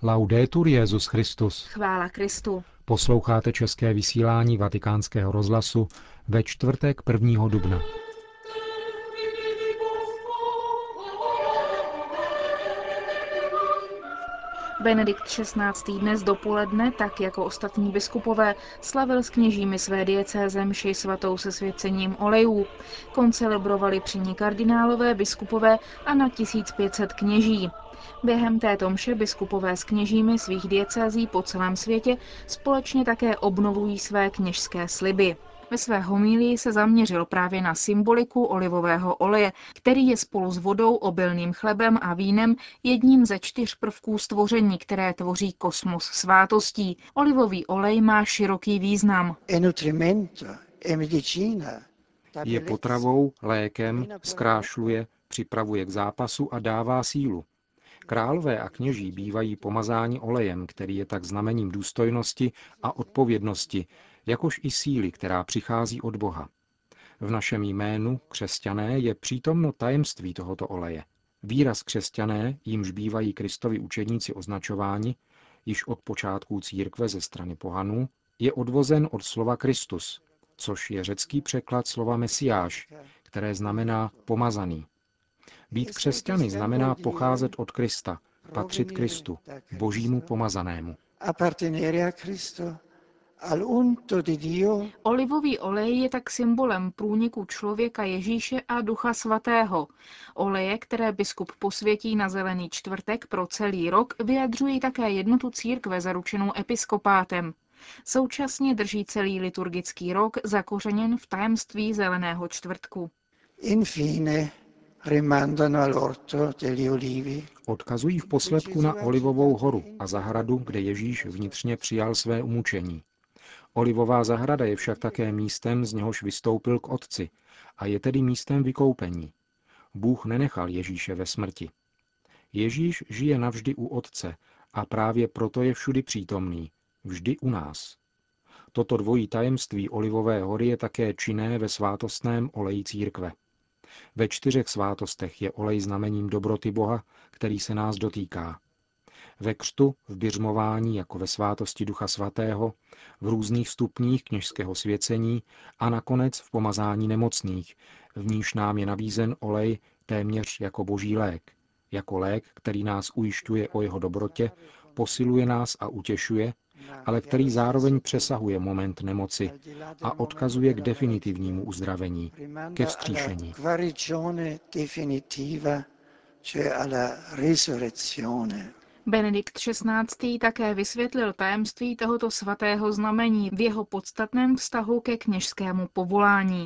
Laudetur Jesus Christus. Chvála Kristu. Posloucháte české vysílání Vatikánského rozhlasu ve čtvrtek 1. dubna. Benedikt XVI. Dnes dopoledne, tak jako ostatní biskupové, slavil s kněžími své diecéze mši svatou se svěcením olejů. Koncelebrovali při ní kardinálové, biskupové a na 1500 kněží. Během této mše biskupové s kněžími svých diecézí po celém světě společně také obnovují své kněžské sliby. Ve své homílii se zaměřil právě na symboliku olivového oleje, který je spolu s vodou, obilným chlebem a vínem jedním ze 4 prvků stvoření, které tvoří kosmos svátostí. Olivový olej má široký význam. Je potravou, lékem, zkrášluje, připravuje k zápasu a dává sílu. Králové a kněží bývají pomazáni olejem, který je tak znamením důstojnosti a odpovědnosti, jakož i síly, která přichází od Boha. V našem jménu, křesťané, je přítomno tajemství tohoto oleje. Výraz křesťané, jímž bývají Kristovi učedníci označováni, již od počátků církve ze strany pohanů, je odvozen od slova Kristus, což je řecký překlad slova Mesiáš, které znamená pomazaný. Být křesťany znamená pocházet od Krista, patřit Kristu, božímu pomazanému. Olivový olej je tak symbolem průniku člověka Ježíše a Ducha Svatého. Oleje, které biskup posvětí na Zelený čtvrtek pro celý rok, vyjadřují také jednotu církve zaručenou episkopátem. Současně drží celý liturgický rok zakořeněn v tajemství Zeleného čtvrtku. Odkazují v posledku na Olivovou horu a zahradu, kde Ježíš vnitřně přijal své umučení. Olivová zahrada je však také místem, z něhož vystoupil k Otci, a je tedy místem vykoupení. Bůh nenechal Ježíše ve smrti. Ježíš žije navždy u Otce a právě proto je všudy přítomný, vždy u nás. Toto dvojí tajemství Olivové hory je také činné ve svátostném oleji církve. Ve 4 svátostech je olej znamením dobroty Boha, který se nás dotýká. Ve křtu, v biřmování jako ve svátosti Ducha Svatého, v různých stupních kněžského svěcení a nakonec v pomazání nemocných, v níž nám je nabízen olej téměř jako boží lék. Jako lék, který nás ujišťuje o jeho dobrotě, posiluje nás a utěšuje, ale který zároveň přesahuje moment nemoci a odkazuje k definitivnímu uzdravení, ke vzkříšení. Benedikt XVI. Také vysvětlil tajemství tohoto svatého znamení v jeho podstatném vztahu ke kněžskému povolání.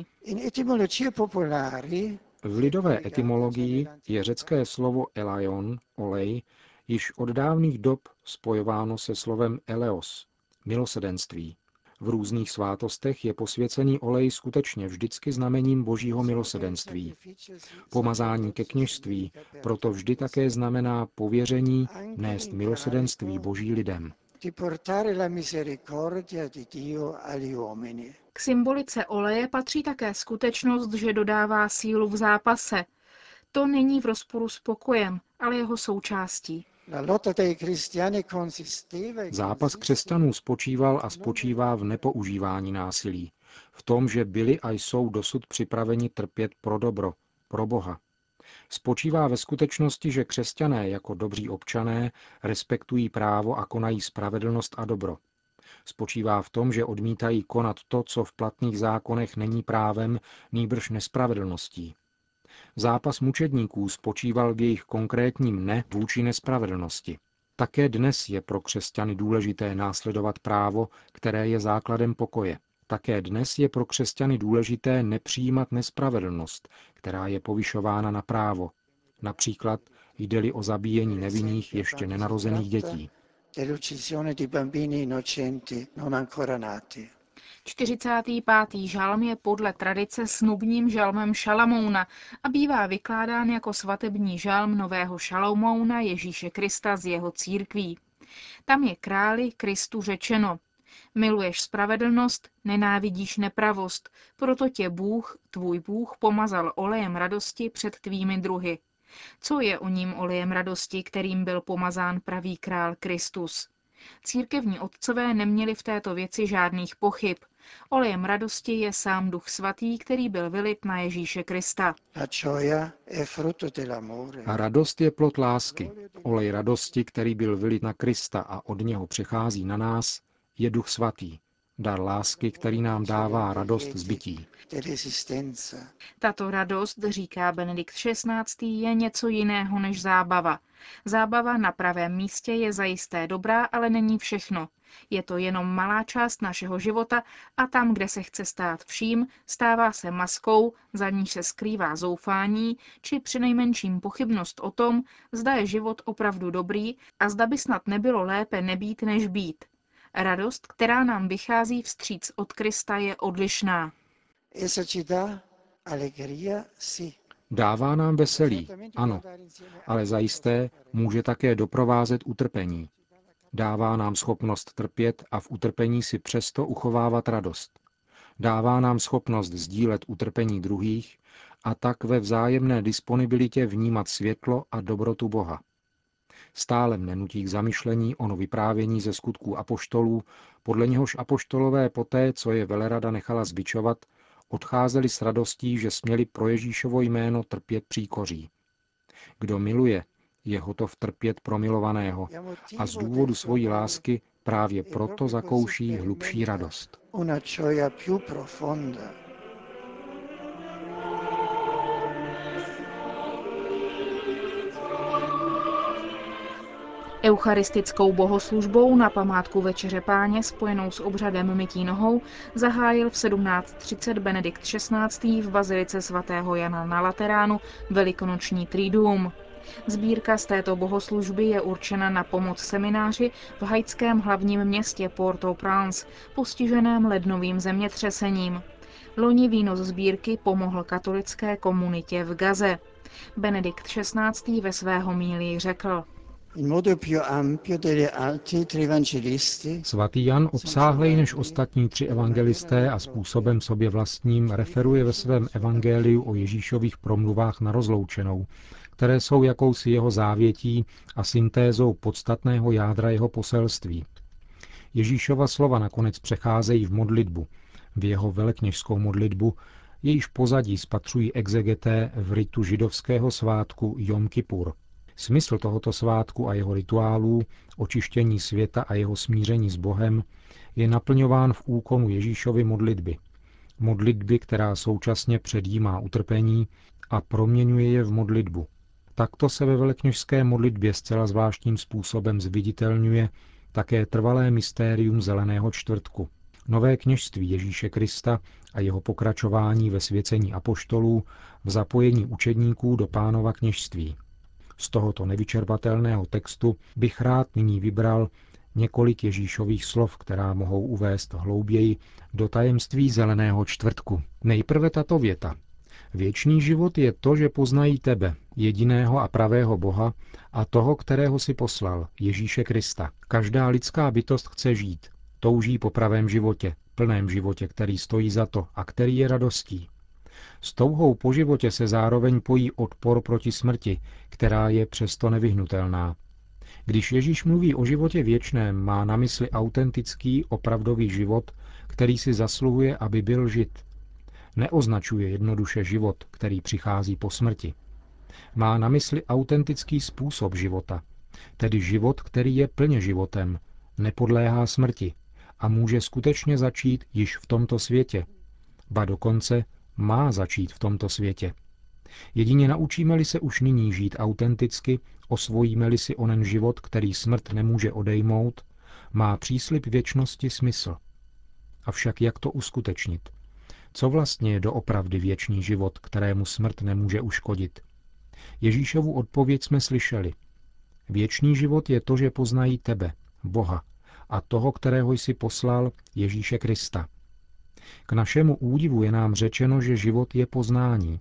V lidové etymologii je řecké slovo elaion, olej, již od dávných dob spojováno se slovem eleos, milosedenství. V různých svátostech je posvěcený olej skutečně vždycky znamením božího milosedenství. Pomazání ke kněžství proto vždy také znamená pověření nést milosedenství boží lidem. K symbolice oleje patří také skutečnost, že dodává sílu v zápase. To není v rozporu s pokojem, ale jeho součástí. Zápas křesťanů spočíval a spočívá v nepoužívání násilí, v tom, že byli a jsou dosud připraveni trpět pro dobro, pro Boha. Spočívá ve skutečnosti, že křesťané jako dobří občané respektují právo a konají spravedlnost a dobro. Spočívá v tom, že odmítají konat to, co v platných zákonech není právem, nýbrž nespravedlností. Zápas mučedníků spočíval v jejich konkrétním ne vůči nespravedlnosti. Také dnes je pro křesťany důležité následovat právo, které je základem pokoje. Také dnes je pro křesťany důležité nepřijímat nespravedlnost, která je povyšována na právo. Například jde-li o zabíjení nevinných ještě nenarozených dětí. 45. žalm je podle tradice snubním žalmem Šalamouna a bývá vykládán jako svatební žalm nového Šalamouna Ježíše Krista z jeho církví. Tam je králi Kristu řečeno: miluješ spravedlnost, nenávidíš nepravost, proto tě Bůh, tvůj Bůh, pomazal olejem radosti před tvými druhy. Co je o ním olejem radosti, kterým byl pomazán pravý král Kristus? Církevní otcové neměli v této věci žádných pochyb. Olejem radosti je sám Duch Svatý, který byl vylit na Ježíše Krista. A radost je plod lásky. Olej radosti, který byl vylit na Krista a od něho přechází na nás, je Duch Svatý. Dar lásky, který nám dává radost z bytí. Tato radost, říká Benedikt XVI., je něco jiného než zábava. Zábava na pravém místě je zajisté dobrá, ale není všechno. Je to jenom malá část našeho života a tam, kde se chce stát vším, stává se maskou, za níž se skrývá zoufání, či přinejmenším pochybnost o tom, zda je život opravdu dobrý a zda by snad nebylo lépe nebýt než být. Radost, která nám vychází vstříc od Krista, je odlišná. Dává nám veselí, ano, ale zajisté může také doprovázet utrpení. Dává nám schopnost trpět a v utrpení si přesto uchovávat radost. Dává nám schopnost sdílet utrpení druhých a tak ve vzájemné disponibilitě vnímat světlo a dobrotu Boha. Stále mne nutí k zamyšlení ono vyprávění ze Skutků apoštolů, podle něhož apoštolové poté, co je velerada nechala zbičovat, odcházeli s radostí, že směli pro Ježíšovo jméno trpět příkoří. Kdo miluje, je hotov trpět pro milovaného a z důvodu svojí lásky právě proto zakouší hlubší radost. Eucharistickou bohoslužbou na památku Večeře Páně spojenou s obřadem mytí nohou zahájil v 17:30 Benedikt XVI. V bazilice svatého Jana na Lateránu velikonoční triduum. Sbírka z této bohoslužby je určena na pomoc semináři v haitském hlavním městě Port-au-Prince, postiženém lednovým zemětřesením. Loni výnos sbírky pomohl katolické komunitě v Gaze. Benedikt XVI. Ve své homílii řekl: Svatý Jan obsáhlej než ostatní 3 evangelisté a způsobem sobě vlastním referuje ve svém evangeliu o Ježíšových promluvách na rozloučenou, které jsou jakousi jeho závětí a syntézou podstatného jádra jeho poselství. Ježíšova slova nakonec přecházejí v modlitbu, v jeho velekněžskou modlitbu, jejíž pozadí spatřují exegeté v ritu židovského svátku Jom Kipur. Smysl tohoto svátku a jeho rituálů, očištění světa a jeho smíření s Bohem, je naplňován v úkonu Ježíšovy modlitby. Modlitby, která současně předjímá utrpení a proměňuje je v modlitbu. Takto se ve velekněžské modlitbě zcela zvláštním způsobem zviditelňuje také trvalé mystérium Zeleného čtvrtku, nové kněžství Ježíše Krista a jeho pokračování ve svěcení apoštolů, v zapojení učedníků do Pánova kněžství. Z tohoto nevyčerpatelného textu bych rád nyní vybral několik Ježíšových slov, která mohou uvést hlouběji do tajemství Zeleného čtvrtku. Nejprve tato věta. Věčný život je to, že poznají tebe, jediného a pravého Boha a toho, kterého si poslal, Ježíše Krista. Každá lidská bytost chce žít, touží po pravém životě, plném životě, který stojí za to a který je radostí. S touhou po životě se zároveň pojí odpor proti smrti, která je přesto nevyhnutelná. Když Ježíš mluví o životě věčném, má na mysli autentický, opravdový život, který si zasluhuje, aby byl žit. Neoznačuje jednoduše život, který přichází po smrti. Má na mysli autentický způsob života, tedy život, který je plně životem, nepodléhá smrti a může skutečně začít již v tomto světě, ba dokonce má začít v tomto světě. Jedině naučíme-li se už nyní žít autenticky, osvojíme-li si onen život, který smrt nemůže odejmout, má příslib věčnosti smysl. Avšak jak to uskutečnit? Co vlastně je doopravdy věčný život, kterému smrt nemůže uškodit? Ježíšovu odpověď jsme slyšeli. Věčný život je to, že poznají tebe, Boha, a toho, kterého jsi poslal, Ježíše Krista. K našemu údivu je nám řečeno, že život je poznání.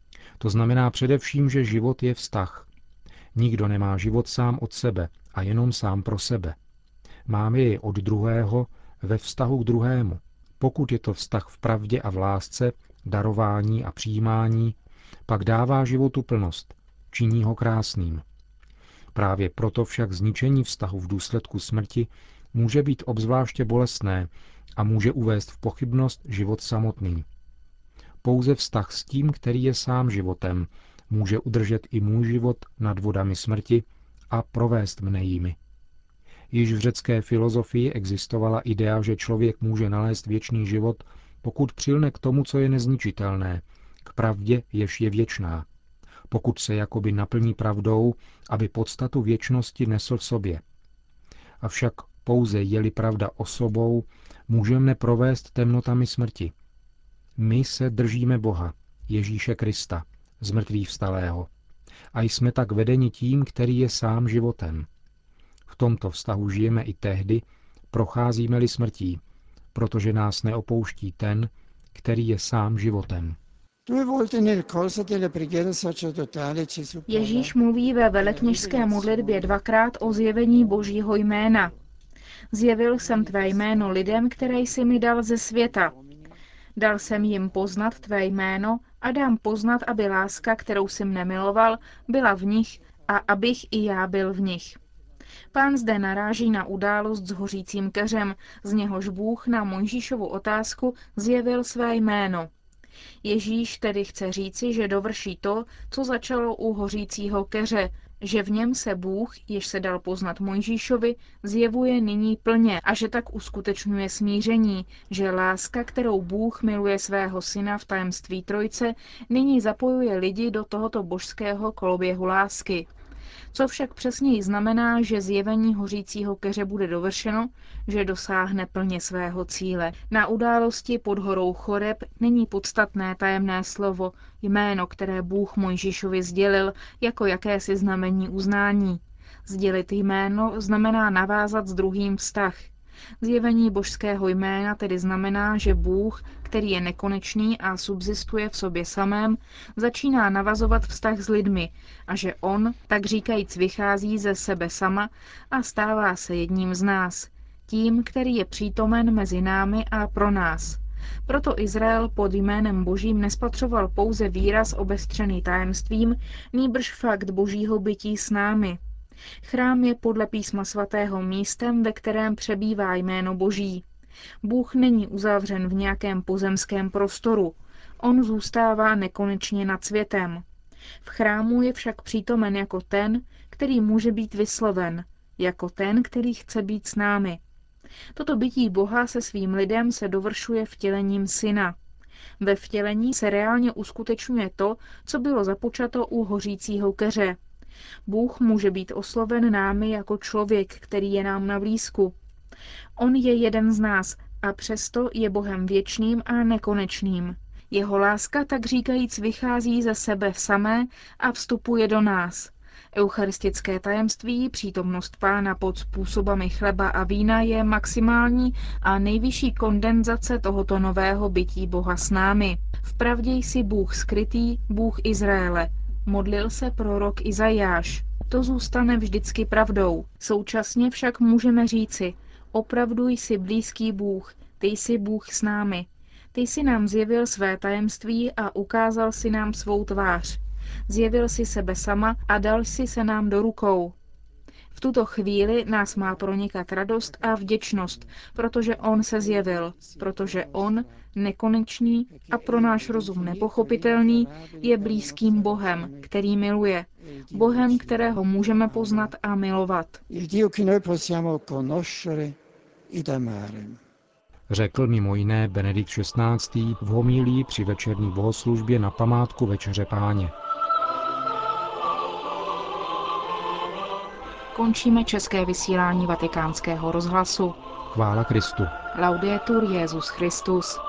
To znamená především, že život je vztah. Nikdo nemá život sám od sebe a jenom sám pro sebe. Máme jej od druhého ve vztahu k druhému. Pokud je to vztah v pravdě a v lásce, darování a přijímání, pak dává životu plnost. činí ho krásným. Právě proto však zničení vztahu v důsledku smrti může být obzvláště bolestné a může uvést v pochybnost život samotný. Pouze vztah s tím, který je sám životem, může udržet i můj život nad vodami smrti a provést mne jimi. Již v řecké filozofii existovala idea, že člověk může nalézt věčný život, pokud přilne k tomu, co je nezničitelné, k pravdě, jež je věčná. Pokud se jakoby naplní pravdou, aby podstatu věčnosti nesl v sobě. Avšak pouze je-li pravda osobou, můžeme provést temnotami smrti. My se držíme Boha, Ježíše Krista, zmrtvých vstalého, a jsme tak vedeni tím, který je sám životem. V tomto vztahu žijeme i tehdy, procházíme-li smrtí, protože nás neopouští ten, který je sám životem. Ježíš mluví ve velekněžské modlitbě dvakrát o zjevení Božího jména. Zjevil jsem tvé jméno lidem, které jsi mi dal ze světa. Dal jsem jim poznat tvé jméno a dám poznat, aby láska, kterou jsi mne miloval, byla v nich a abych i já byl v nich. Pán zde naráží na událost s hořícím keřem, z něhož Bůh na Mojžíšovu otázku zjevil své jméno. Ježíš tedy chce říci, že dovrší to, co začalo u hořícího keře, že v něm se Bůh, jež se dal poznat Mojžíšovi, zjevuje nyní plně a že tak uskutečňuje smíření, že láska, kterou Bůh miluje svého syna v tajemství Trojce, nyní zapojuje lidi do tohoto božského koloběhu lásky. Co však přesněji znamená, že zjevení hořícího keře bude dovršeno, že dosáhne plně svého cíle. Na události pod horou Choreb není podstatné tajemné slovo, jméno, které Bůh Mojžíšovi sdělil jako jakési znamení uznání. Sdělit jméno znamená navázat s druhým vztah. Zjevení božského jména tedy znamená, že Bůh, který je nekonečný a subsistuje v sobě samém, začíná navazovat vztah s lidmi a že on, tak říkajíc, vychází ze sebe sama a stává se jedním z nás, tím, který je přítomen mezi námi a pro nás. Proto Izrael pod jménem Božím nespatřoval pouze výraz obestřený tajemstvím, nýbrž fakt Božího bytí s námi. Chrám je podle písma svatého místem, ve kterém přebývá jméno Boží. Bůh není uzavřen v nějakém pozemském prostoru. On zůstává nekonečně nad světem. V chrámu je však přítomen jako ten, který může být vysloven, jako ten, který chce být s námi. Toto bytí Boha se svým lidem se dovršuje vtělením Syna. Ve vtělení se reálně uskutečňuje to, co bylo započato u hořícího keře. Bůh může být osloven námi jako člověk, který je nám na blízku. On je jeden z nás a přesto je Bohem věčným a nekonečným. Jeho láska, tak říkajíc, vychází ze sebe samé a vstupuje do nás. Eucharistické tajemství, přítomnost Pána pod způsobami chleba a vína je maximální a nejvyšší kondenzace tohoto nového bytí Boha s námi. Vpravdě jsi Bůh skrytý, Bůh Izraele. Modlil se prorok Izajáš. To zůstane vždycky pravdou. Současně však můžeme říci, opravdu jsi blízký Bůh, ty jsi Bůh s námi. Ty jsi nám zjevil své tajemství a ukázal si nám svou tvář. Zjevil si sebe sama a dal si se nám do rukou. V tuto chvíli nás má pronikat radost a vděčnost, protože on se zjevil, protože on, nekonečný a pro náš rozum nepochopitelný, je blízkým Bohem, který miluje. Bohem, kterého můžeme poznat a milovat. Řekl mimo jiné Benedikt XVI. V homílii při večerní bohoslužbě na památku Večeře Páně. Končíme české vysílání Vatikánského rozhlasu. Chvála Kristu. Laudetur Jesus Christus.